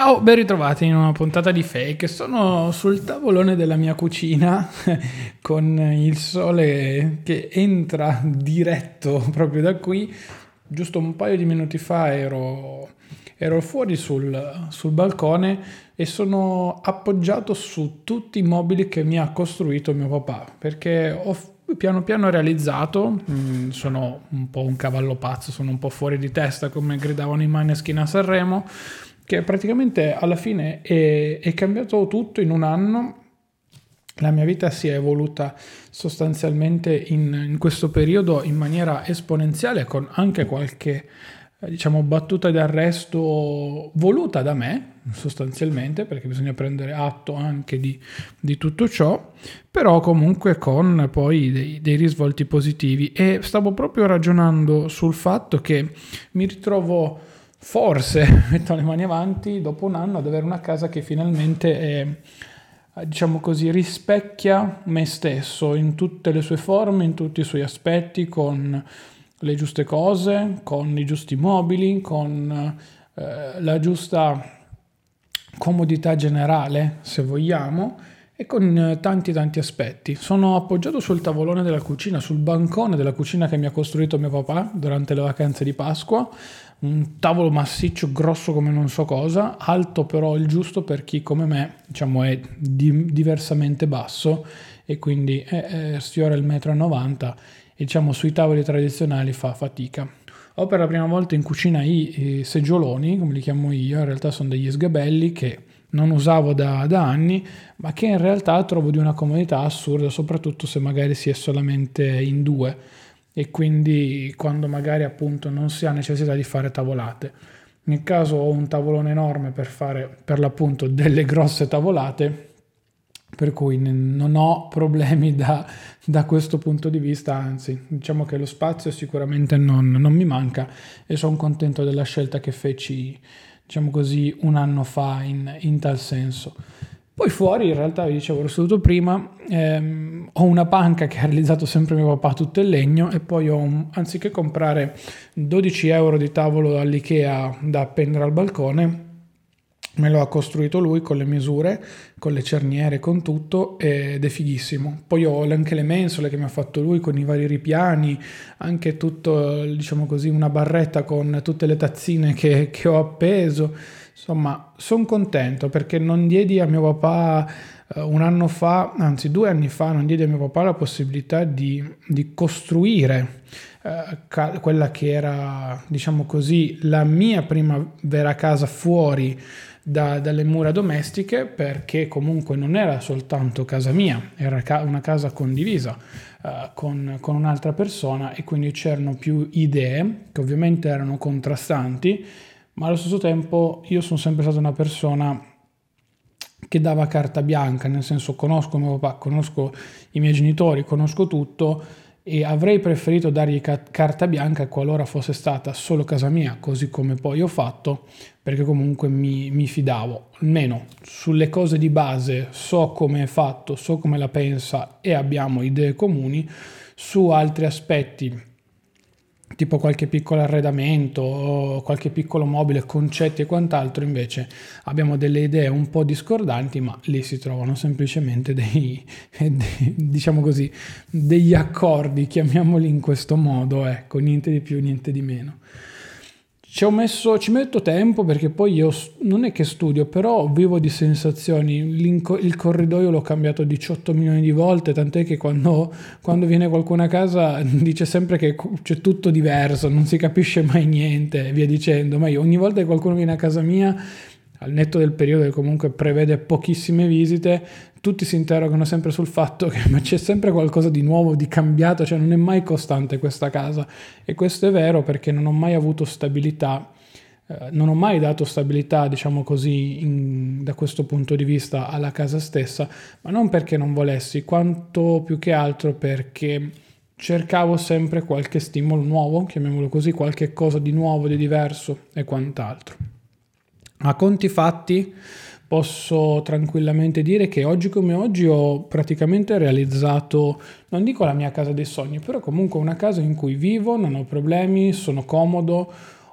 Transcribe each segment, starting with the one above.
Ciao, ben ritrovati in una puntata di Fake. Sono sul tavolone della mia cucina con il sole che entra diretto proprio da qui. Giusto un paio di minuti fa ero fuori sul balcone e sono appoggiato su tutti i mobili che mi ha costruito mio papà, perché ho piano piano realizzato, sono un po' un cavallo pazzo, sono un po' fuori di testa come gridavano i Maneskin a Sanremo, che praticamente alla fine è cambiato tutto in un anno. La mia vita si è evoluta sostanzialmente in questo periodo in maniera esponenziale, con anche qualche diciamo battuta d'arresto voluta da me sostanzialmente, perché bisogna prendere atto anche di tutto ciò, però comunque con poi dei risvolti positivi. E stavo proprio ragionando sul fatto che mi ritrovo, forse, metto le mani avanti, dopo un anno ad avere una casa che finalmente è, diciamo così, rispecchia me stesso in tutte le sue forme, in tutti i suoi aspetti, con le giuste cose, con i giusti mobili, con la giusta comodità generale, se vogliamo, e con tanti aspetti. Sono appoggiato sul tavolone della cucina, sul bancone della cucina che mi ha costruito mio papà durante le vacanze di Pasqua, un tavolo massiccio, grosso come non so cosa, alto però il giusto per chi come me, diciamo, è diversamente basso e quindi sfiora il 1,90 m e diciamo sui tavoli tradizionali fa fatica. Ho per la prima volta in cucina i seggioloni, come li chiamo io, in realtà sono degli sgabelli che non usavo da anni, ma che in realtà trovo di una comodità assurda, soprattutto se magari si è solamente in due e quindi quando magari appunto non si ha necessità di fare tavolate. Nel caso ho un tavolone enorme per fare per l'appunto delle grosse tavolate, per cui non ho problemi da questo punto di vista, anzi diciamo che lo spazio sicuramente non mi manca e sono contento della scelta che feci, diciamo così, un anno fa in tal senso. Poi fuori, in realtà, vi dicevo, ero seduto prima, ho una panca che ha realizzato sempre mio papà, tutto in legno, e poi anziché comprare 12 euro di tavolo all'Ikea da appendere al balcone, me lo ha costruito lui con le misure, con le cerniere, con tutto, ed è fighissimo. Poi ho anche le mensole che mi ha fatto lui con i vari ripiani, anche tutto, diciamo così, una barretta con tutte le tazzine che ho appeso. Insomma, sono contento perché non diedi a mio papà un anno fa, anzi 2 anni fa, non diedi a mio papà la possibilità di costruire quella che era, diciamo così, la mia prima vera casa fuori dalle mura domestiche, perché comunque non era soltanto casa mia, era una casa condivisa con un'altra persona, e quindi c'erano più idee che ovviamente erano contrastanti, ma allo stesso tempo io sono sempre stata una persona che dava carta bianca, nel senso conosco mio papà, conosco i miei genitori, conosco tutto, e avrei preferito dargli carta bianca qualora fosse stata solo casa mia, così come poi ho fatto, perché comunque mi fidavo, almeno sulle cose di base so come è fatto, so come la pensa e abbiamo idee comuni. Su altri aspetti, tipo qualche piccolo arredamento, qualche piccolo mobile, concetti e quant'altro, invece abbiamo delle idee un po' discordanti, ma lì si trovano semplicemente diciamo così, degli accordi, chiamiamoli in questo modo, ecco, niente di più, niente di meno. Ci metto tempo perché poi io non è che studio, però vivo di sensazioni. Il corridoio l'ho cambiato 18 milioni di volte, tant'è che quando viene qualcuno a casa dice sempre che c'è tutto diverso, non si capisce mai niente e via dicendo. Ma io ogni volta che qualcuno viene a casa mia, al netto del periodo che comunque prevede pochissime visite, tutti si interrogano sempre sul fatto che ma c'è sempre qualcosa di nuovo, di cambiato, cioè non è mai costante questa casa. E questo è vero perché non ho mai avuto stabilità, non ho mai dato stabilità, diciamo così, da questo punto di vista alla casa stessa, ma non perché non volessi, quanto più che altro perché cercavo sempre qualche stimolo nuovo, chiamiamolo così, qualche cosa di nuovo, di diverso e quant'altro. A conti fatti posso tranquillamente dire che oggi come oggi ho praticamente realizzato, non dico la mia casa dei sogni, però comunque una casa in cui vivo, non ho problemi, sono comodo,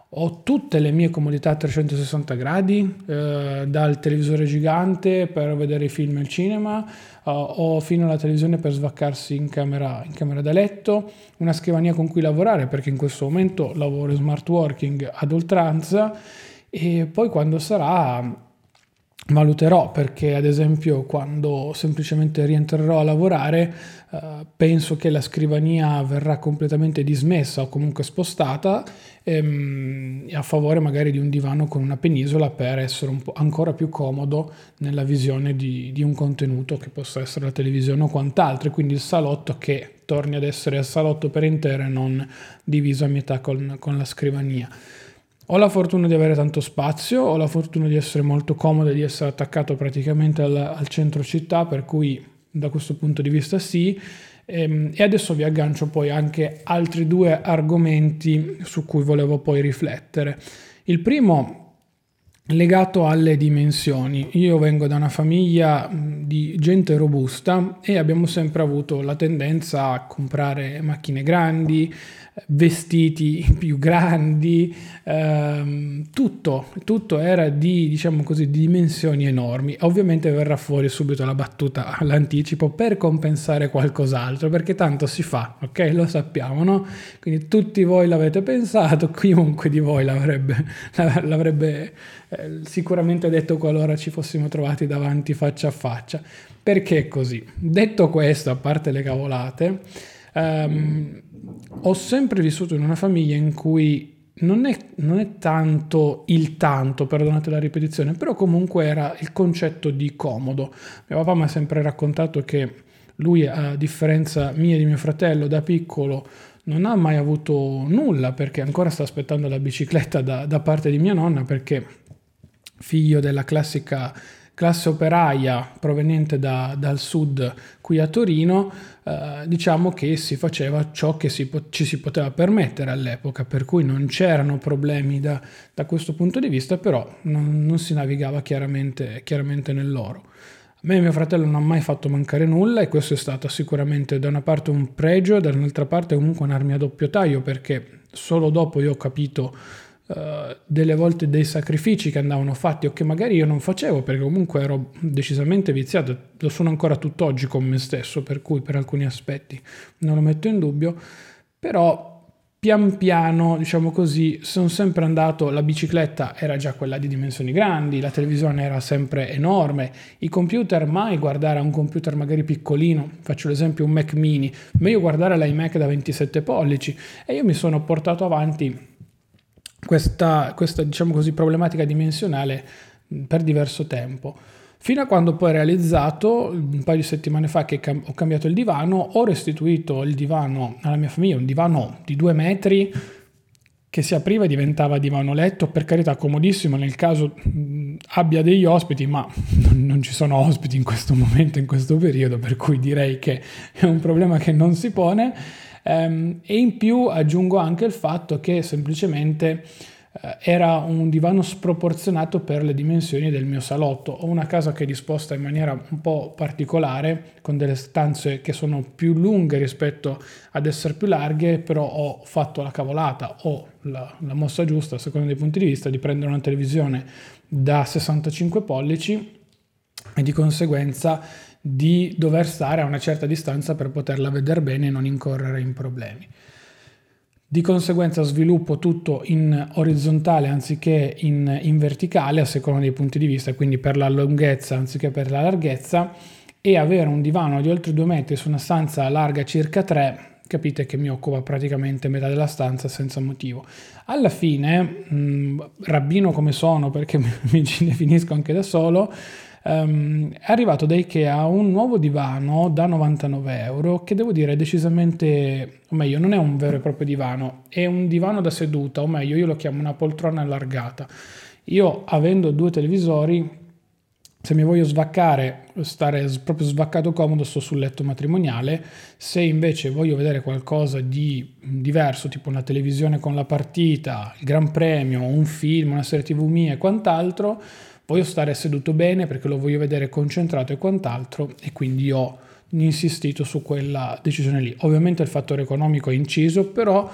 Ho tutte le mie comodità a 360 gradi, dal televisore gigante per vedere i film al cinema, ho fino alla televisione per svaccarsi in camera da letto, una scrivania con cui lavorare perché in questo momento lavoro in smart working ad oltranza e poi quando sarà valuterò perché ad esempio quando semplicemente rientrerò a lavorare penso che la scrivania verrà completamente dismessa o comunque spostata a favore magari di un divano con una penisola per essere un po' ancora più comodo nella visione di un contenuto che possa essere la televisione o quant'altro, e quindi il salotto che torni ad essere il salotto per intero e non diviso a metà con la scrivania. Ho la fortuna di avere tanto spazio, ho la fortuna di essere molto comodo e di essere attaccato praticamente al centro città, per cui da questo punto di vista sì. E adesso vi aggancio poi anche altri due argomenti su cui volevo poi riflettere. Il primo legato alle dimensioni. Io vengo da una famiglia di gente robusta e abbiamo sempre avuto la tendenza a comprare macchine grandi, vestiti più grandi, tutto era di, diciamo così, di dimensioni enormi. Ovviamente verrà fuori subito la battuta all'anticipo per compensare qualcos'altro, perché tanto si fa, ok? Lo sappiamo, no? Quindi tutti voi l'avete pensato, chiunque di voi l'avrebbe sicuramente detto qualora ci fossimo trovati davanti faccia a faccia. Perché così? Detto questo, a parte le cavolate, ho sempre vissuto in una famiglia in cui non è tanto il tanto, perdonate la ripetizione, però comunque era il concetto di comodo. Mio papà mi ha sempre raccontato che lui, a differenza mia e di mio fratello, da piccolo non ha mai avuto nulla perché ancora sta aspettando la bicicletta da parte di mia nonna, perché figlio della classica classe operaia proveniente dal sud qui a Torino, diciamo che si faceva ciò che ci si poteva permettere all'epoca, per cui non c'erano problemi da questo punto di vista, però non si navigava chiaramente nell'oro. A me e mio fratello non ha mai fatto mancare nulla e questo è stato sicuramente da una parte un pregio, dall'altra parte comunque un'arma a doppio taglio, perché solo dopo io ho capito delle volte dei sacrifici che andavano fatti o che magari io non facevo perché comunque ero decisamente viziato, lo sono ancora tutt'oggi con me stesso, per cui per alcuni aspetti non lo metto in dubbio, però pian piano, diciamo così, sono sempre andato, la bicicletta era già quella di dimensioni grandi, la televisione era sempre enorme, i computer, mai guardare a un computer magari piccolino, faccio l'esempio un Mac mini, meglio guardare l'iMac da 27 pollici, e io mi sono portato avanti questa diciamo così problematica dimensionale per diverso tempo, fino a quando poi ho realizzato un paio di settimane fa che ho cambiato il divano, ho restituito il divano alla mia famiglia, un divano di 2 metri che si apriva e diventava divano letto, per carità comodissimo nel caso abbia degli ospiti, ma non ci sono ospiti in questo momento, in questo periodo, per cui direi che è un problema che non si pone. E in più aggiungo anche il fatto che semplicemente era un divano sproporzionato per le dimensioni del mio salotto. Ho una casa che è disposta in maniera un po' particolare, con delle stanze che sono più lunghe rispetto ad essere più larghe, però ho fatto la cavolata o la mossa giusta, a seconda dei punti di vista, di prendere una televisione da 65 pollici e di conseguenza di dover stare a una certa distanza per poterla vedere bene e non incorrere in problemi. Di conseguenza sviluppo tutto in orizzontale anziché in verticale a seconda dei punti di vista, quindi per la lunghezza anziché per la larghezza, e avere un divano di oltre 2 metri su una stanza larga circa 3, capite che mi occupa praticamente metà della stanza senza motivo. Alla fine, rabbino come sono, perché mi ci definisco anche da solo, è arrivato da Ikea un nuovo divano da 99 euro che devo dire è decisamente, o meglio non è un vero e proprio divano, è un divano da seduta, o meglio io lo chiamo una poltrona allargata. Io avendo 2 televisori, se mi voglio svaccare, stare proprio svaccato comodo, sto sul letto matrimoniale. Se invece voglio vedere qualcosa di diverso, tipo una televisione con la partita, il Gran Premio, un film, una serie TV mia e quant'altro, voglio stare seduto bene perché lo voglio vedere concentrato e quant'altro, e quindi ho insistito su quella decisione lì. Ovviamente il fattore economico è inciso, però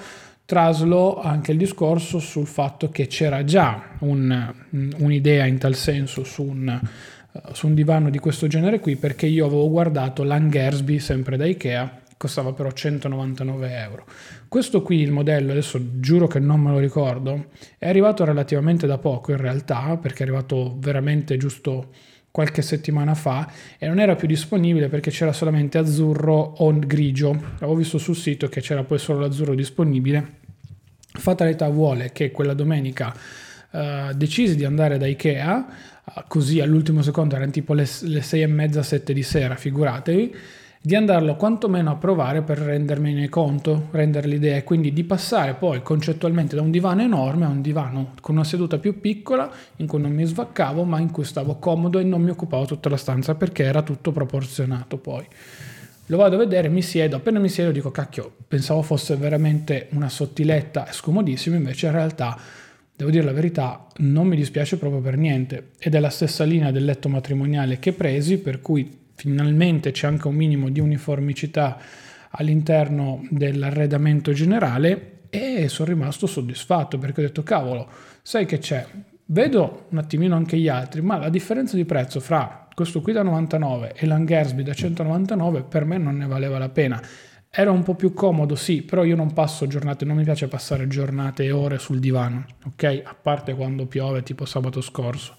traslo anche il discorso sul fatto che c'era già un'idea in tal senso su un divano di questo genere qui, perché io avevo guardato l'Angersby, sempre da Ikea, costava però 199 euro. Questo qui, il modello, adesso giuro che non me lo ricordo, è arrivato relativamente da poco in realtà, perché è arrivato veramente giusto qualche settimana fa e non era più disponibile perché c'era solamente azzurro o grigio. Avevo visto sul sito che c'era poi solo l'azzurro disponibile. Fatalità vuole che quella domenica decisi di andare da Ikea, così all'ultimo secondo erano tipo le 6:30, 7 di sera, figuratevi, di andarlo quantomeno a provare per rendermene conto, rendere l'idea, e quindi di passare poi concettualmente da un divano enorme a un divano con una seduta più piccola in cui non mi svaccavo ma in cui stavo comodo e non mi occupavo tutta la stanza perché era tutto proporzionato. Poi lo vado a vedere, mi siedo, appena mi siedo dico cacchio, pensavo fosse veramente una sottiletta e scomodissimo, invece in realtà devo dire la verità, non mi dispiace proprio per niente, ed è la stessa linea del letto matrimoniale che presi, per cui finalmente c'è anche un minimo di uniformicità all'interno dell'arredamento generale e sono rimasto soddisfatto perché ho detto cavolo, sai che c'è? Vedo un attimino anche gli altri, ma la differenza di prezzo fra questo qui da 99 e l'Angersby da 199 per me non ne valeva la pena. Era un po' più comodo, sì, però io non passo giornate, non mi piace passare giornate e ore sul divano, ok? A parte quando piove, tipo sabato scorso.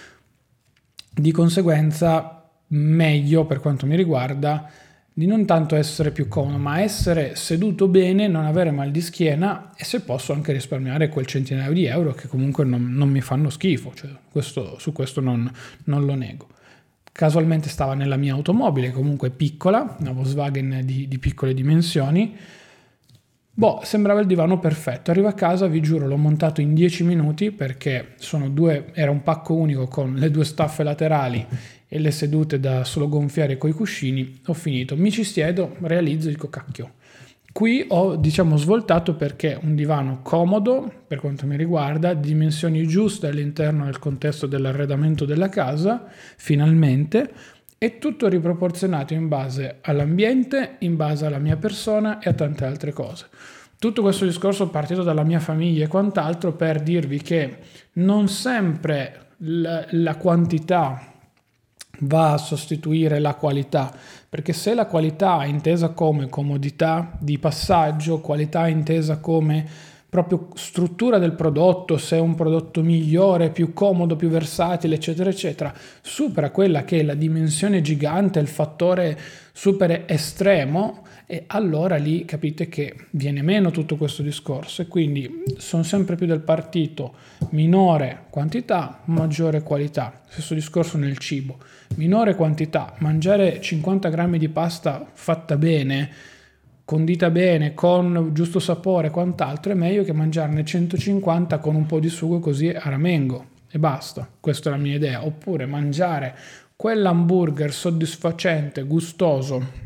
Di conseguenza meglio per quanto mi riguarda di non tanto essere più comodo ma essere seduto bene, non avere mal di schiena e se posso anche risparmiare quel centinaio di euro che comunque non mi fanno schifo, cioè, su questo non lo nego. Casualmente stava nella mia automobile, comunque piccola, una Volkswagen di piccole dimensioni. Sembrava il divano perfetto. Arrivo a casa, vi giuro, l'ho montato in 10 minuti perché era un pacco unico con le due staffe laterali e le sedute da solo gonfiare coi cuscini. Ho finito, mi ci siedo, realizzo, dico cacchio. Qui ho, svoltato perché è un divano comodo per quanto mi riguarda, dimensioni giuste all'interno del contesto dell'arredamento della casa, finalmente, e tutto riproporzionato in base all'ambiente, in base alla mia persona e a tante altre cose. Tutto questo discorso è partito dalla mia famiglia e quant'altro per dirvi che non sempre la quantità va a sostituire la qualità, perché se la qualità è intesa come comodità di passaggio, qualità intesa come proprio struttura del prodotto, se è un prodotto migliore, più comodo, più versatile, eccetera, eccetera, supera quella che è la dimensione gigante, il fattore super estremo, e allora lì capite che viene meno tutto questo discorso e quindi sono sempre più del partito minore quantità, maggiore qualità. Stesso discorso nel cibo, minore quantità, mangiare 50 grammi di pasta fatta bene, condita bene, con giusto sapore e quant'altro, è meglio che mangiarne 150 con un po' di sugo così a ramengo e basta. Questa è la mia idea. Oppure mangiare quell'hamburger soddisfacente, gustoso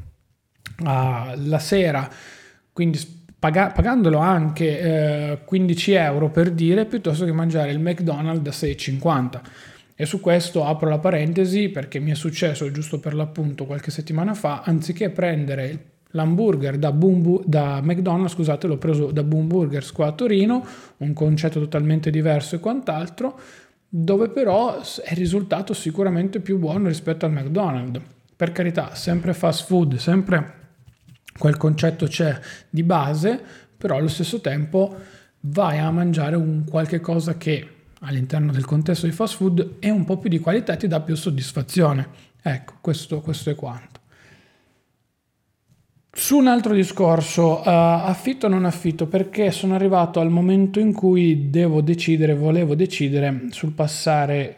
la sera, quindi pagandolo anche 15 euro per dire, piuttosto che mangiare il McDonald's da 6,50. E su questo apro la parentesi perché mi è successo giusto per l'appunto qualche settimana fa, anziché prendere l'hamburger da McDonald's, scusate, l'ho preso da Boom Burgers qua a Torino, un concetto totalmente diverso e quant'altro, dove però è risultato sicuramente più buono rispetto al McDonald's. Per carità, sempre fast food, sempre quel concetto c'è di base, però allo stesso tempo vai a mangiare un qualche cosa che all'interno del contesto di fast food è un po' più di qualità e ti dà più soddisfazione. Ecco, questo è quanto. Su un altro discorso, affitto o non affitto, perché sono arrivato al momento in cui volevo decidere sul passare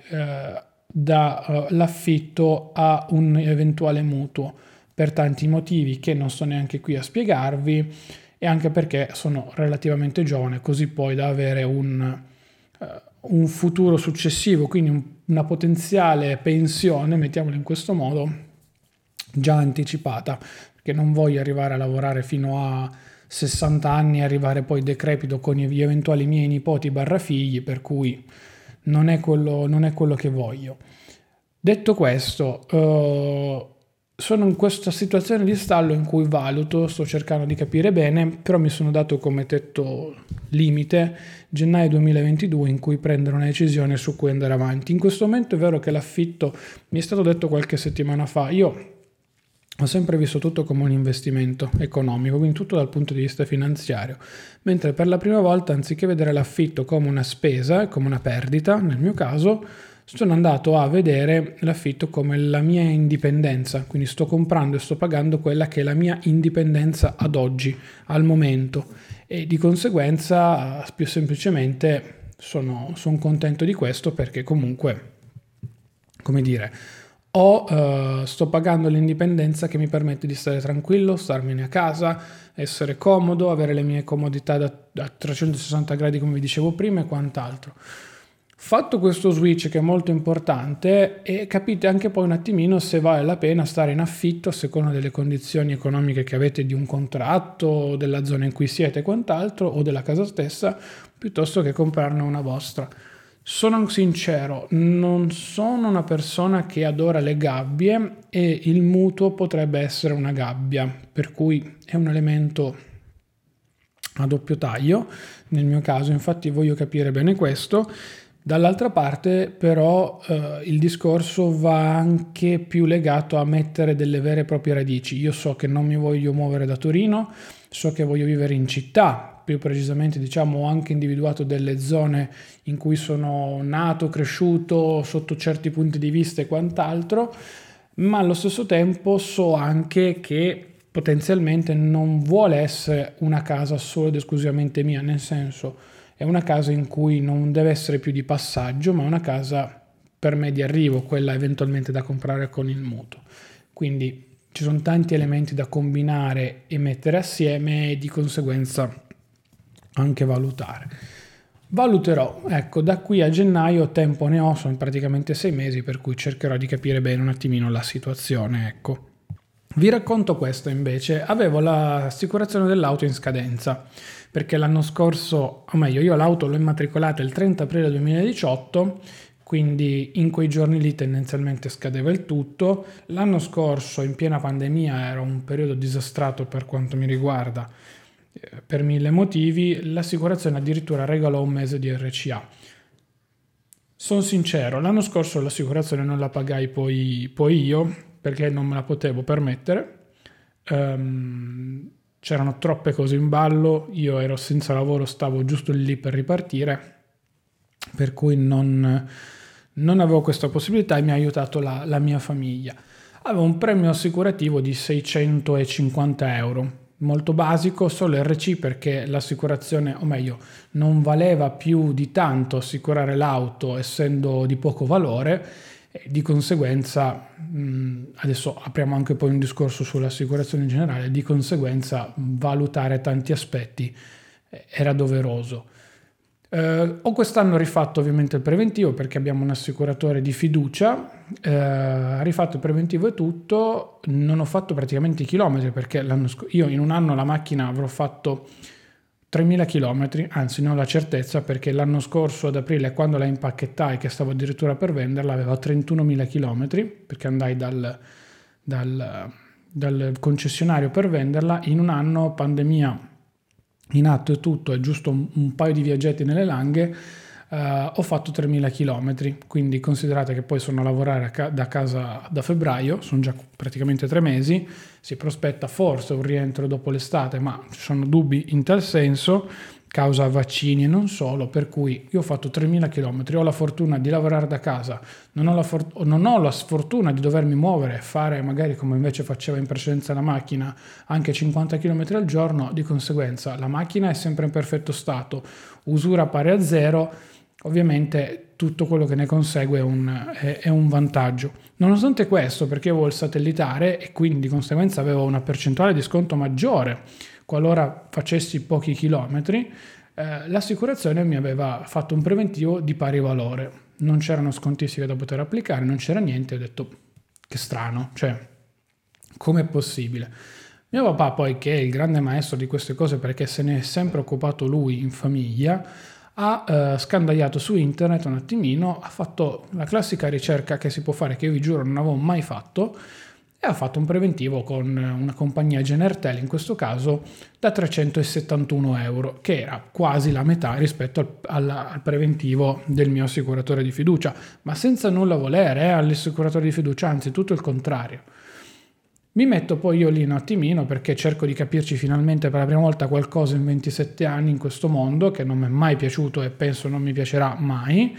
dall'affitto a un eventuale mutuo, per tanti motivi che non sto neanche qui a spiegarvi e anche perché sono relativamente giovane, così poi da avere un futuro successivo, quindi una potenziale pensione, mettiamolo in questo modo, già anticipata, perché non voglio arrivare a lavorare fino a 60 anni e arrivare poi decrepito con gli eventuali miei nipoti barra figli, per cui non è quello che voglio. Detto questo, sono in questa situazione di stallo in cui valuto, sto cercando di capire bene, però mi sono dato come tetto limite gennaio 2022 in cui prendere una decisione su cui andare avanti. In questo momento è vero che l'affitto, mi è stato detto qualche settimana fa, io ho sempre visto tutto come un investimento economico, quindi tutto dal punto di vista finanziario, mentre per la prima volta, anziché vedere l'affitto come una spesa, come una perdita, nel mio caso, sono andato a vedere l'affitto come la mia indipendenza, quindi sto comprando e sto pagando quella che è la mia indipendenza ad oggi, al momento, e di conseguenza più semplicemente sono contento di questo perché comunque, come dire, sto pagando l'indipendenza che mi permette di stare tranquillo, starmene a casa, essere comodo, avere le mie comodità da 360 gradi come vi dicevo prima e quant'altro. Fatto questo switch che è molto importante e capite anche poi un attimino se vale la pena stare in affitto a seconda delle condizioni economiche che avete di un contratto, della zona in cui siete e quant'altro o della casa stessa, piuttosto che comprarne una vostra. Sono sincero, non sono una persona che adora le gabbie e il mutuo potrebbe essere una gabbia, per cui è un elemento a doppio taglio. Nel mio caso, infatti, voglio capire bene questo. Dall'altra parte, però, il discorso va anche più legato a mettere delle vere e proprie radici. Io so che non mi voglio muovere da Torino, so che voglio vivere in città, più precisamente, diciamo, ho anche individuato delle zone in cui sono nato, cresciuto, sotto certi punti di vista e quant'altro, ma allo stesso tempo so anche che potenzialmente non vuole essere una casa solo ed esclusivamente mia, nel senso è una casa in cui non deve essere più di passaggio, ma una casa per me di arrivo, quella eventualmente da comprare con il mutuo. Quindi ci sono tanti elementi da combinare e mettere assieme e di conseguenza anche valutare. Valuterò, ecco, da qui a gennaio tempo ne ho, sono praticamente 6 mesi, per cui cercherò di capire bene un attimino la situazione, ecco. Vi racconto questo invece, avevo l'assicurazione dell'auto in scadenza, perché l'anno scorso, o meglio, io l'auto l'ho immatricolata il 30 aprile 2018, quindi in quei giorni lì tendenzialmente scadeva il tutto. L'anno scorso, in piena pandemia, era un periodo disastrato per quanto mi riguarda, per 1000 motivi, l'assicurazione addirittura regalò un mese di RCA. Sono sincero, l'anno scorso l'assicurazione non la pagai poi io, perché non me la potevo permettere. C'erano troppe cose in ballo, io ero senza lavoro, stavo giusto lì per ripartire, per cui non avevo questa possibilità e mi ha aiutato la mia famiglia. Avevo un premio assicurativo di 650 euro, molto basico, solo RC perché l'assicurazione, o meglio, non valeva più di tanto assicurare l'auto essendo di poco valore e di conseguenza, adesso apriamo anche poi un discorso sull'assicurazione in generale, di conseguenza valutare tanti aspetti era doveroso. Ho quest'anno rifatto ovviamente il preventivo perché abbiamo un assicuratore di fiducia, rifatto il preventivo e tutto, non ho fatto praticamente i chilometri perché io in un anno la macchina avrò fatto 3.000 chilometri, anzi non ho la certezza perché l'anno scorso ad aprile quando la impacchettai che stavo addirittura per venderla aveva 31.000 chilometri perché andai dal concessionario per venderla. In un anno pandemia in atto e tutto, è giusto un paio di viaggetti nelle Langhe, ho fatto 3.000 km, quindi considerate che poi sono a lavorare da casa da febbraio, sono già praticamente 3 mesi, si prospetta forse un rientro dopo l'estate, ma ci sono dubbi in tal senso, causa vaccini e non solo, per cui io ho fatto 3.000 km, ho la fortuna di lavorare da casa, non ho la sfortuna di dovermi muovere e fare magari come invece faceva in precedenza la macchina anche 50 km al giorno, di conseguenza la macchina è sempre in perfetto stato, usura pari a zero, ovviamente tutto quello che ne consegue è un vantaggio. Nonostante questo, perché avevo il satellitare e quindi di conseguenza avevo una percentuale di sconto maggiore qualora facessi pochi chilometri, l'assicurazione mi aveva fatto un preventivo di pari valore. Non c'erano scontistiche da poter applicare, non c'era niente, ho detto che strano, cioè com'è possibile? Mio papà poi, che è il grande maestro di queste cose perché se ne è sempre occupato lui in famiglia, ha scandagliato su internet un attimino, ha fatto la classica ricerca che si può fare, che io vi giuro non avevo mai fatto, e ho fatto un preventivo con una compagnia Genertel, in questo caso da 371 euro, che era quasi la metà rispetto al preventivo del mio assicuratore di fiducia, ma senza nulla volere all'assicuratore di fiducia, anzi tutto il contrario. Mi metto poi io lì un attimino perché cerco di capirci finalmente per la prima volta qualcosa in 27 anni in questo mondo che non mi è mai piaciuto e penso non mi piacerà mai,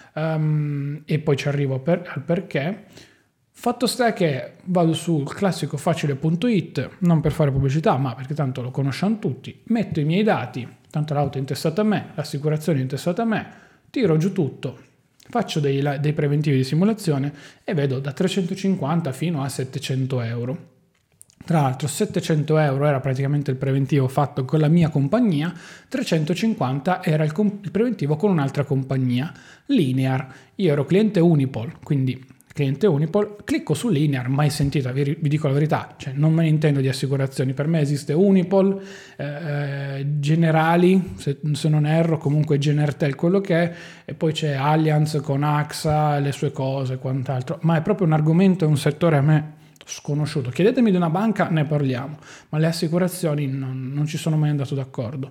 e poi ci arrivo al perché. Fatto sta che vado sul classico facile.it, non per fare pubblicità ma perché tanto lo conosciamo tutti, metto i miei dati, tanto l'auto è intestata a me, l'assicurazione è intestata a me, tiro giù tutto, faccio dei preventivi di simulazione e vedo da 350 fino a 700 euro. Tra l'altro 700 euro era praticamente il preventivo fatto con la mia compagnia, 350 era il preventivo con un'altra compagnia, Linear. Io ero cliente Unipol, quindi cliente Unipol, clicco su Linear, mai sentita, vi dico la verità, cioè non me ne intendo di assicurazioni, per me esiste Unipol, Generali, se non erro, comunque Genertel quello che è, e poi c'è Allianz con AXA, le sue cose e quant'altro, ma è proprio un argomento, è un settore a me sconosciuto. Chiedetemi di una banca, ne parliamo, ma le assicurazioni non ci sono mai andato d'accordo.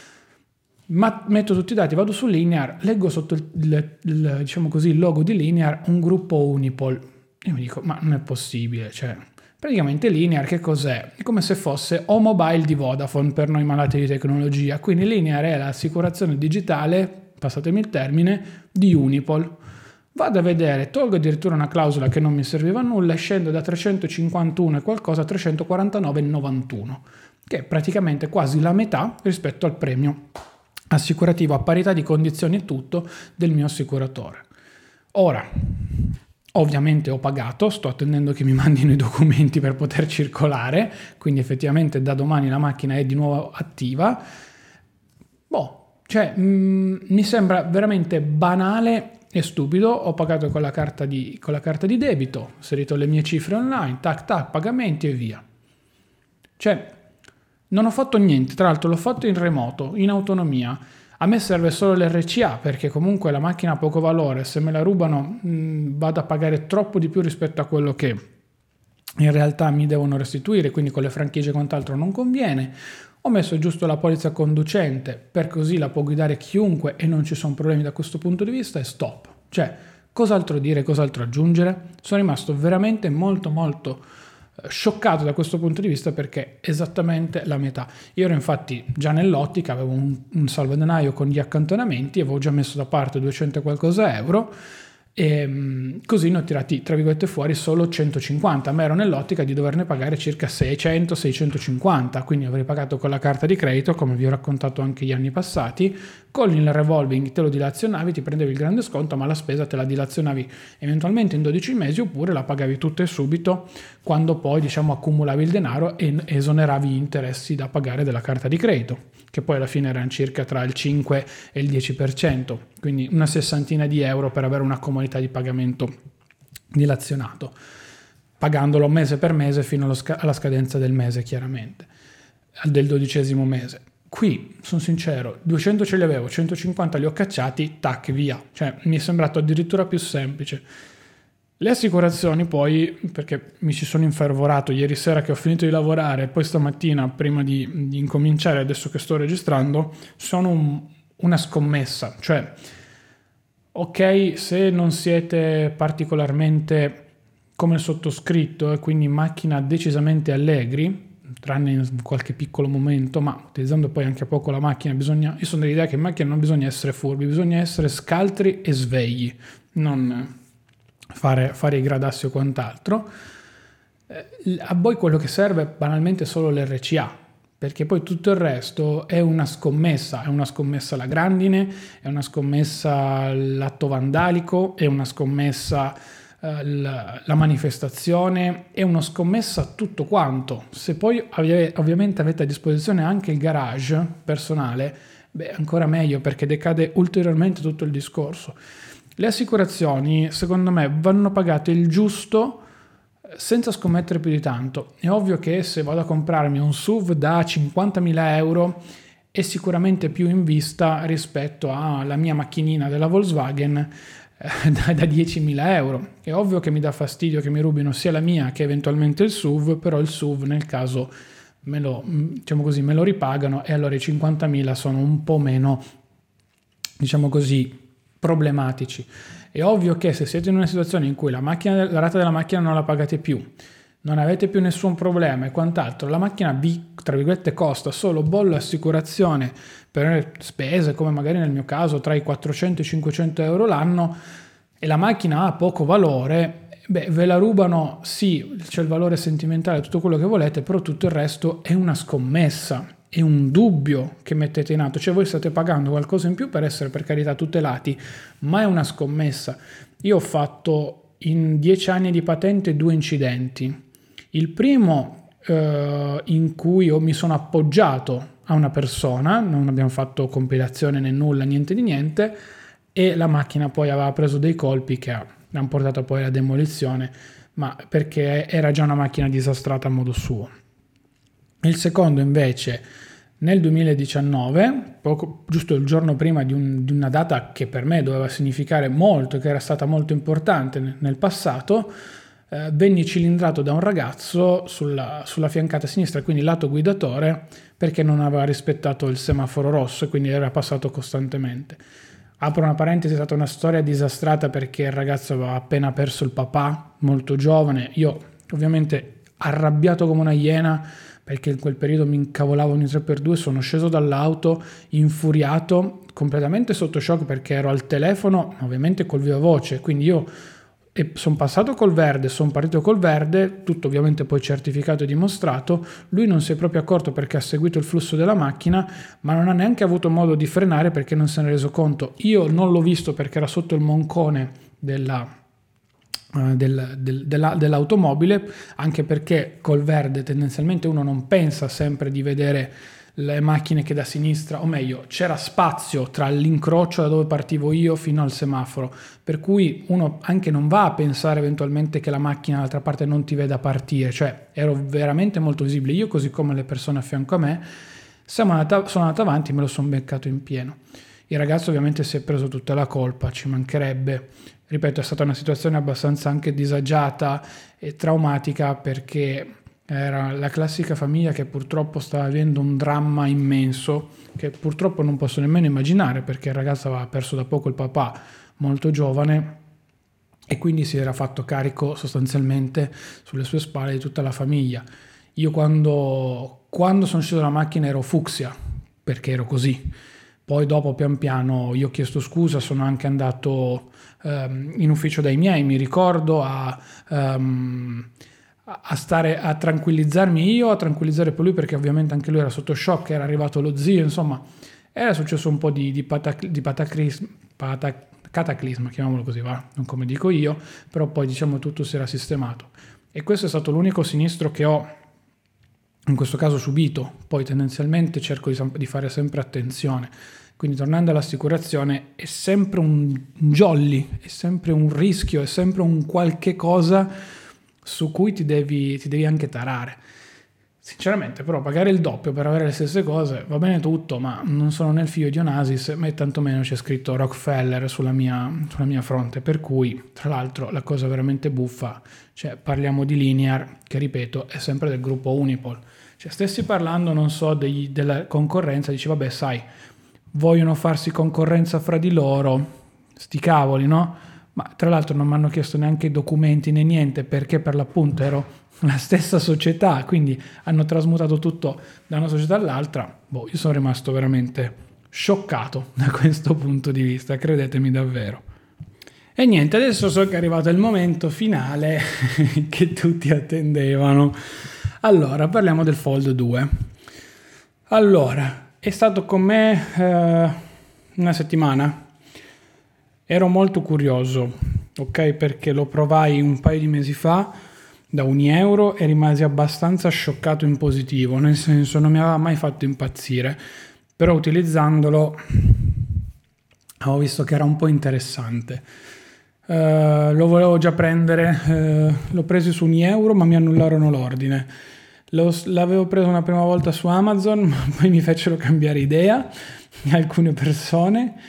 Ma metto tutti i dati, vado su Linear, leggo sotto diciamo così, il logo di Linear un gruppo Unipol. Io mi dico, ma non è possibile, cioè, praticamente Linear che cos'è? È come se fosse O-Mobile di Vodafone per noi malati di tecnologia, quindi Linear è l'assicurazione digitale, passatemi il termine, di Unipol. Vado a vedere, tolgo addirittura una clausola che non mi serviva a nulla e scendo da 351 e qualcosa a 349,91, che è praticamente quasi la metà rispetto al premio assicurativo a parità di condizioni e tutto del mio assicuratore. Ora, ovviamente ho pagato, sto attendendo che mi mandino i documenti per poter circolare, quindi effettivamente da domani la macchina è di nuovo attiva. Mi sembra veramente banale e stupido. Ho pagato con la carta di debito, ho inserito le mie cifre online, tac tac, pagamenti e via. Cioè, non ho fatto niente, tra l'altro l'ho fatto in remoto, in autonomia. A me serve solo l'RCA perché comunque la macchina ha poco valore, se me la rubano vado a pagare troppo di più rispetto a quello che in realtà mi devono restituire, quindi con le franchigie e quant'altro non conviene. Ho messo giusto la polizza conducente, per così la può guidare chiunque e non ci sono problemi da questo punto di vista e stop. Cioè, cos'altro dire, cos'altro aggiungere? Sono rimasto veramente molto scioccato da questo punto di vista perché è esattamente la metà. Io ero infatti già nell'ottica, avevo un salvadanaio con gli accantonamenti, avevo già messo da parte 200 e qualcosa euro e così ne ho tirati tra virgolette fuori solo 150, ma ero nell'ottica di doverne pagare circa 600-650, quindi avrei pagato con la carta di credito come vi ho raccontato anche gli anni passati. Con il revolving te lo dilazionavi, ti prendevi il grande sconto, ma la spesa te la dilazionavi eventualmente in 12 mesi oppure la pagavi tutta e subito quando poi accumulavi il denaro e esoneravi gli interessi da pagare della carta di credito, che poi alla fine erano circa tra il 5 e il 10%, quindi una sessantina di euro per avere una comodità di pagamento dilazionato, pagandolo mese per mese fino alla scadenza del mese, chiaramente, del 12° mese. Qui, sono sincero, 200 ce li avevo, 150 li ho cacciati, tac, via. Cioè, mi è sembrato addirittura più semplice. Le assicurazioni poi, perché mi ci sono infervorato ieri sera che ho finito di lavorare e poi stamattina, prima di incominciare, adesso che sto registrando, sono una scommessa. Cioè, ok, se non siete particolarmente come il sottoscritto e quindi in macchina decisamente allegri, tranne in qualche piccolo momento, ma utilizzando poi anche poco la macchina, io sono dell'idea che in macchina non bisogna essere furbi, bisogna essere scaltri e svegli, non fare i gradassi o quant'altro. A voi quello che serve è banalmente solo l'RCA, perché poi tutto il resto è una scommessa alla grandine, è una scommessa all'atto vandalico, è una scommessa la manifestazione, è una scommessa a tutto quanto. Se poi ovviamente avete a disposizione anche il garage personale, ancora meglio, perché decade ulteriormente tutto il discorso. Le assicurazioni secondo me vanno pagate il giusto senza scommettere più di tanto. È ovvio che se vado a comprarmi un SUV da 50.000 euro è sicuramente più in vista rispetto alla mia macchinina della Volkswagen da 10.000 euro. È ovvio che mi dà fastidio che mi rubino sia la mia che eventualmente il SUV, però il SUV nel caso diciamo così, me lo ripagano, e allora i 50.000 sono un po' meno, diciamo così, problematici. È ovvio che se siete in una situazione in cui la rata della macchina non la pagate più, non avete più nessun problema e quant'altro, la macchina vi, tra virgolette, costa solo bollo e assicurazione per spese come magari nel mio caso tra i 400 e i 500 euro l'anno, e la macchina ha poco valore, ve la rubano, sì, c'è il valore sentimentale, tutto quello che volete, però tutto il resto è una scommessa, è un dubbio che mettete in atto, cioè voi state pagando qualcosa in più per essere, per carità, tutelati, ma è una scommessa. Io ho fatto in 10 anni di patente 2 incidenti. Il primo in cui mi sono appoggiato a una persona, non abbiamo fatto compilazione né nulla, niente di niente, e la macchina poi aveva preso dei colpi che hanno portato poi alla demolizione, ma perché era già una macchina disastrata a modo suo. Il secondo invece nel 2019, giusto il giorno prima di una data che per me doveva significare molto, che era stata molto importante nel passato, venni cilindrato da un ragazzo sulla fiancata sinistra, quindi lato guidatore, perché non aveva rispettato il semaforo rosso e quindi era passato costantemente. Apro una parentesi, è stata una storia disastrata perché il ragazzo aveva appena perso il papà, molto giovane. Io ovviamente arrabbiato come una iena, perché in quel periodo mi incavolavo ogni 3x2, sono sceso dall'auto infuriato, completamente sotto shock perché ero al telefono, ovviamente col viva voce, quindi io sono passato col verde, sono partito col verde, tutto ovviamente poi certificato e dimostrato. Lui non si è proprio accorto perché ha seguito il flusso della macchina, ma non ha neanche avuto modo di frenare perché non se ne è reso conto. Io non l'ho visto perché era sotto il moncone dell'automobile, anche perché col verde tendenzialmente uno non pensa sempre di vedere le macchine che da sinistra, o meglio, c'era spazio tra l'incrocio da dove partivo io fino al semaforo, per cui uno anche non va a pensare eventualmente che la macchina dall'altra parte non ti veda partire, cioè ero veramente molto visibile, io così come le persone a fianco a me. Sono andato avanti e me lo sono beccato in pieno. Il ragazzo ovviamente si è preso tutta la colpa, ci mancherebbe. Ripeto, è stata una situazione abbastanza anche disagiata e traumatica, perché era la classica famiglia che purtroppo stava vivendo un dramma immenso, che purtroppo non posso nemmeno immaginare, perché il ragazzo aveva perso da poco il papà molto giovane e quindi si era fatto carico sostanzialmente sulle sue spalle di tutta la famiglia. Io quando sono sceso dalla macchina ero fucsia, perché ero così. Poi dopo pian piano io ho chiesto scusa, sono anche andato in ufficio dai miei, mi ricordo, a tranquillizzarmi io, a tranquillizzare poi lui, perché ovviamente anche lui era sotto shock, era arrivato lo zio, insomma era successo un po' di cataclisma, chiamiamolo così, va, non come dico io, però poi diciamo tutto si era sistemato. E questo è stato l'unico sinistro che ho in questo caso subito. Poi tendenzialmente cerco di fare sempre attenzione, quindi tornando all'assicurazione è sempre un jolly, è sempre un rischio, è sempre un qualche cosa su cui ti devi anche tarare. Sinceramente però pagare il doppio per avere le stesse cose va bene tutto, ma non sono nel figlio di Onassis, e tantomeno c'è scritto Rockefeller sulla mia fronte, per cui tra l'altro la cosa veramente buffa, cioè parliamo di Linear, che ripeto è sempre del gruppo Unipol, cioè stessi parlando non so della concorrenza, dici vabbè sai, vogliono farsi concorrenza fra di loro, sti cavoli, no? Ma tra l'altro non mi hanno chiesto neanche i documenti né niente, perché per l'appunto ero la stessa società, quindi hanno trasmutato tutto da una società all'altra. Io sono rimasto veramente scioccato da questo punto di vista, credetemi davvero. E niente, adesso so che è arrivato il momento finale che tutti attendevano. Allora, parliamo del Fold 2. Allora, è stato con me una settimana. Ero molto curioso, ok? Perché lo provai un paio di mesi fa da €1 e rimasi abbastanza scioccato in positivo, nel senso non mi aveva mai fatto impazzire, però utilizzandolo ho visto che era un po' interessante. Lo volevo già prendere, l'ho preso su €1 ma mi annullarono l'ordine. L'avevo preso una prima volta su Amazon, ma poi mi fecero cambiare idea alcune persone,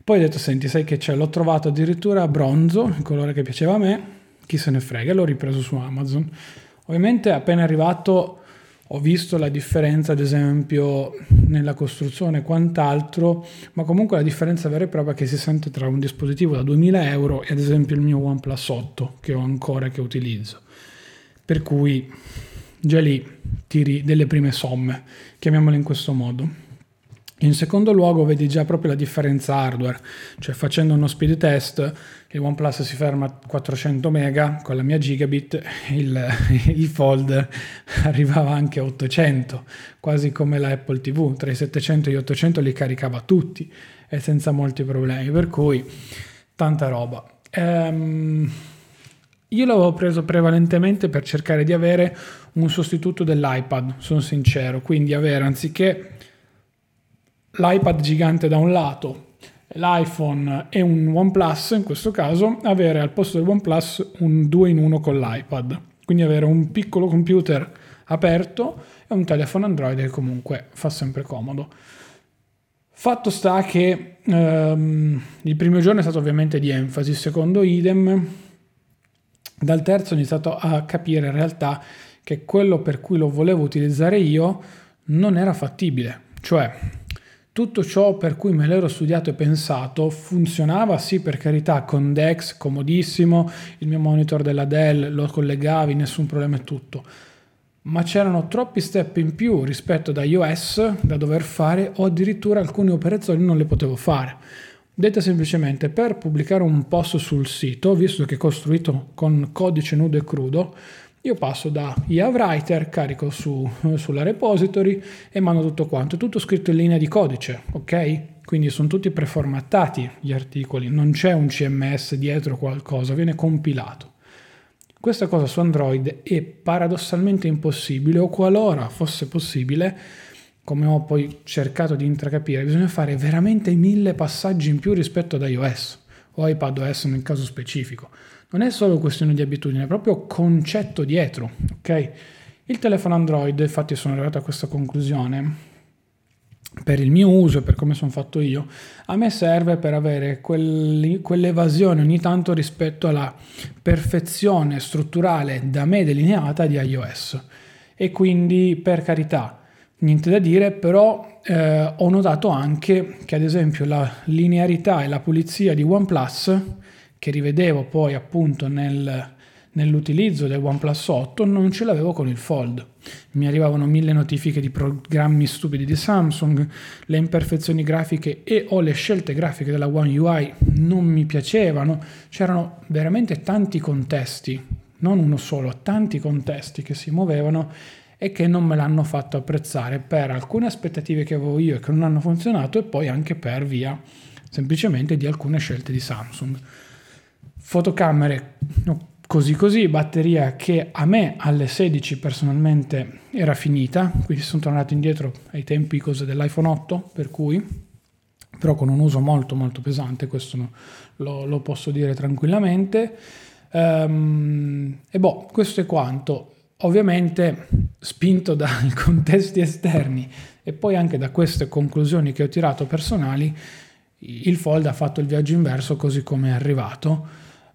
Poi ho detto, senti, sai che c'è? L'ho trovato addirittura a bronzo, il colore che piaceva a me, chi se ne frega, l'ho ripreso su Amazon. Ovviamente appena arrivato ho visto la differenza, ad esempio, nella costruzione e quant'altro, ma comunque la differenza vera e propria che si sente tra un dispositivo da 2000 euro e ad esempio il mio OnePlus 8 che ho ancora e che utilizzo. Per cui già lì tiri delle prime somme, chiamiamole in questo modo. In secondo luogo vedi già proprio la differenza hardware, cioè facendo uno speed test il OnePlus si ferma a 400 mega con la mia gigabit, il Fold arrivava anche a 800, quasi come la Apple TV, tra i 700 e gli 800 li caricava tutti e senza molti problemi, per cui tanta roba. Io l'avevo preso prevalentemente per cercare di avere un sostituto dell'iPad, sono sincero, quindi avere anziché l'iPad gigante da un lato, l'iPhone e un OnePlus, in questo caso, avere al posto del OnePlus un 2 in 1 con l'iPad. Quindi avere un piccolo computer aperto e un telefono Android che comunque fa sempre comodo. Fatto sta che il primo giorno è stato ovviamente di enfasi, il secondo idem. Dal terzo ho iniziato a capire in realtà che quello per cui lo volevo utilizzare io non era fattibile. Cioè, tutto ciò per cui me l'ero studiato e pensato funzionava, sì, per carità, con DeX, comodissimo, il mio monitor della Dell lo collegavi, nessun problema e tutto. Ma c'erano troppi step in più rispetto ad iOS da dover fare o addirittura alcune operazioni non le potevo fare. Detta semplicemente, per pubblicare un post sul sito, visto che è costruito con codice nudo e crudo, io passo da Writer, carico sulla repository e mando tutto quanto, tutto scritto in linea di codice, ok? Quindi sono tutti preformattati gli articoli, non c'è un CMS dietro qualcosa, viene compilato. Questa cosa su Android è paradossalmente impossibile, o qualora fosse possibile, come ho poi cercato di intracapire, bisogna fare veramente 1000 passaggi in più rispetto ad iOS o iPadOS nel caso specifico. Non è solo questione di abitudine, è proprio concetto dietro, ok? Il telefono Android, infatti sono arrivato a questa conclusione, per il mio uso e per come sono fatto io, a me serve per avere quell'evasione ogni tanto rispetto alla perfezione strutturale da me delineata di iOS. E quindi, per carità, niente da dire, però ho notato anche che ad esempio la linearità e la pulizia di OnePlus, che rivedevo poi appunto nell'utilizzo del OnePlus 8, non ce l'avevo con il Fold. Mi arrivavano 1000 notifiche di programmi stupidi di Samsung, le imperfezioni grafiche e o le scelte grafiche della One UI non mi piacevano, c'erano veramente tanti contesti, non uno solo, tanti contesti che si muovevano e che non me l'hanno fatto apprezzare per alcune aspettative che avevo io e che non hanno funzionato, e poi anche per via semplicemente di alcune scelte di Samsung. Fotocamere così, batteria che a me alle 16 personalmente era finita, quindi sono tornato indietro ai tempi dell'iPhone 8, per cui, però con un uso molto molto pesante, questo lo posso dire tranquillamente. E questo è quanto. Ovviamente spinto dai contesti esterni e poi anche da queste conclusioni che ho tirato personali, il Fold ha fatto il viaggio inverso così come è arrivato.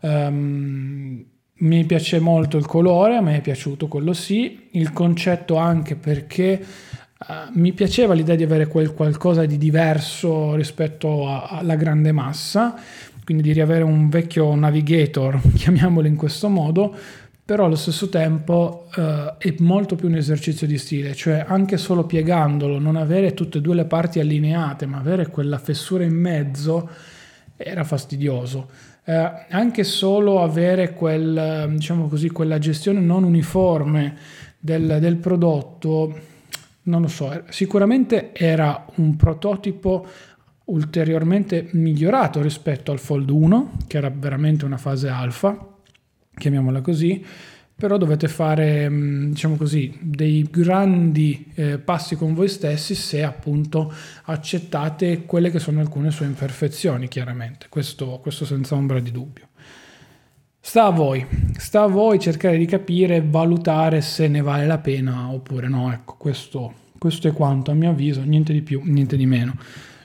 Mi piace molto il colore, a me è piaciuto quello sì, il concetto anche perché mi piaceva l'idea di avere qualcosa di diverso rispetto alla grande massa, quindi di riavere un vecchio navigator, chiamiamolo in questo modo, però allo stesso tempo è molto più un esercizio di stile, cioè anche solo piegandolo, non avere tutte e due le parti allineate, ma avere quella fessura in mezzo era fastidioso. Anche solo avere quella gestione non uniforme del prodotto, non lo so, sicuramente era un prototipo ulteriormente migliorato rispetto al Fold 1, che era veramente una fase alfa, chiamiamola così, però dovete fare dei grandi passi con voi stessi se appunto accettate quelle che sono alcune sue imperfezioni, chiaramente, questo senza ombra di dubbio. Sta a voi cercare di capire e valutare se ne vale la pena oppure no. Ecco, questo è quanto a mio avviso, niente di più, niente di meno.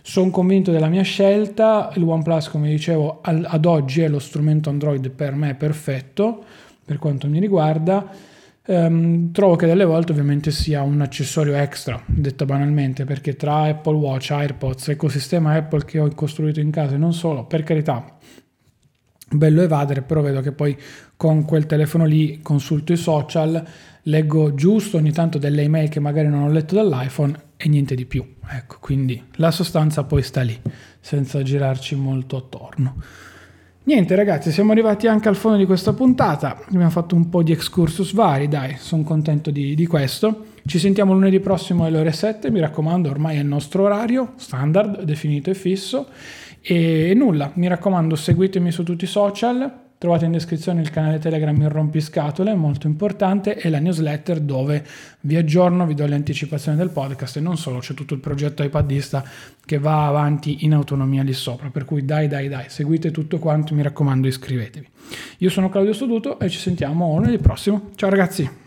Sono convinto della mia scelta, il OnePlus, come dicevo, ad oggi è lo strumento Android per me perfetto, per quanto mi riguarda. Trovo che delle volte ovviamente sia un accessorio extra, detto banalmente, perché tra Apple Watch, AirPods, ecosistema Apple che ho costruito in casa e non solo, per carità, bello evadere, però vedo che poi con quel telefono lì consulto i social, leggo giusto ogni tanto delle email che magari non ho letto dall'iPhone e niente di più. Ecco, quindi la sostanza poi sta lì, senza girarci molto attorno. Niente ragazzi, siamo arrivati anche al fondo di questa puntata, abbiamo fatto un po' di excursus vari, dai, sono contento di questo. Ci sentiamo lunedì prossimo alle ore 7, mi raccomando, ormai è il nostro orario standard, definito e fisso. E nulla, mi raccomando, seguitemi su tutti i social, trovate in descrizione il canale Telegram Il Rompiscatole, molto importante, e la newsletter dove vi aggiorno, vi do le anticipazioni del podcast e non solo, c'è tutto il progetto iPadista che va avanti in autonomia lì sopra, per cui dai, seguite tutto quanto, mi raccomando iscrivetevi. Io sono Claudio Stoduto e ci sentiamo lunedì prossimo, ciao ragazzi!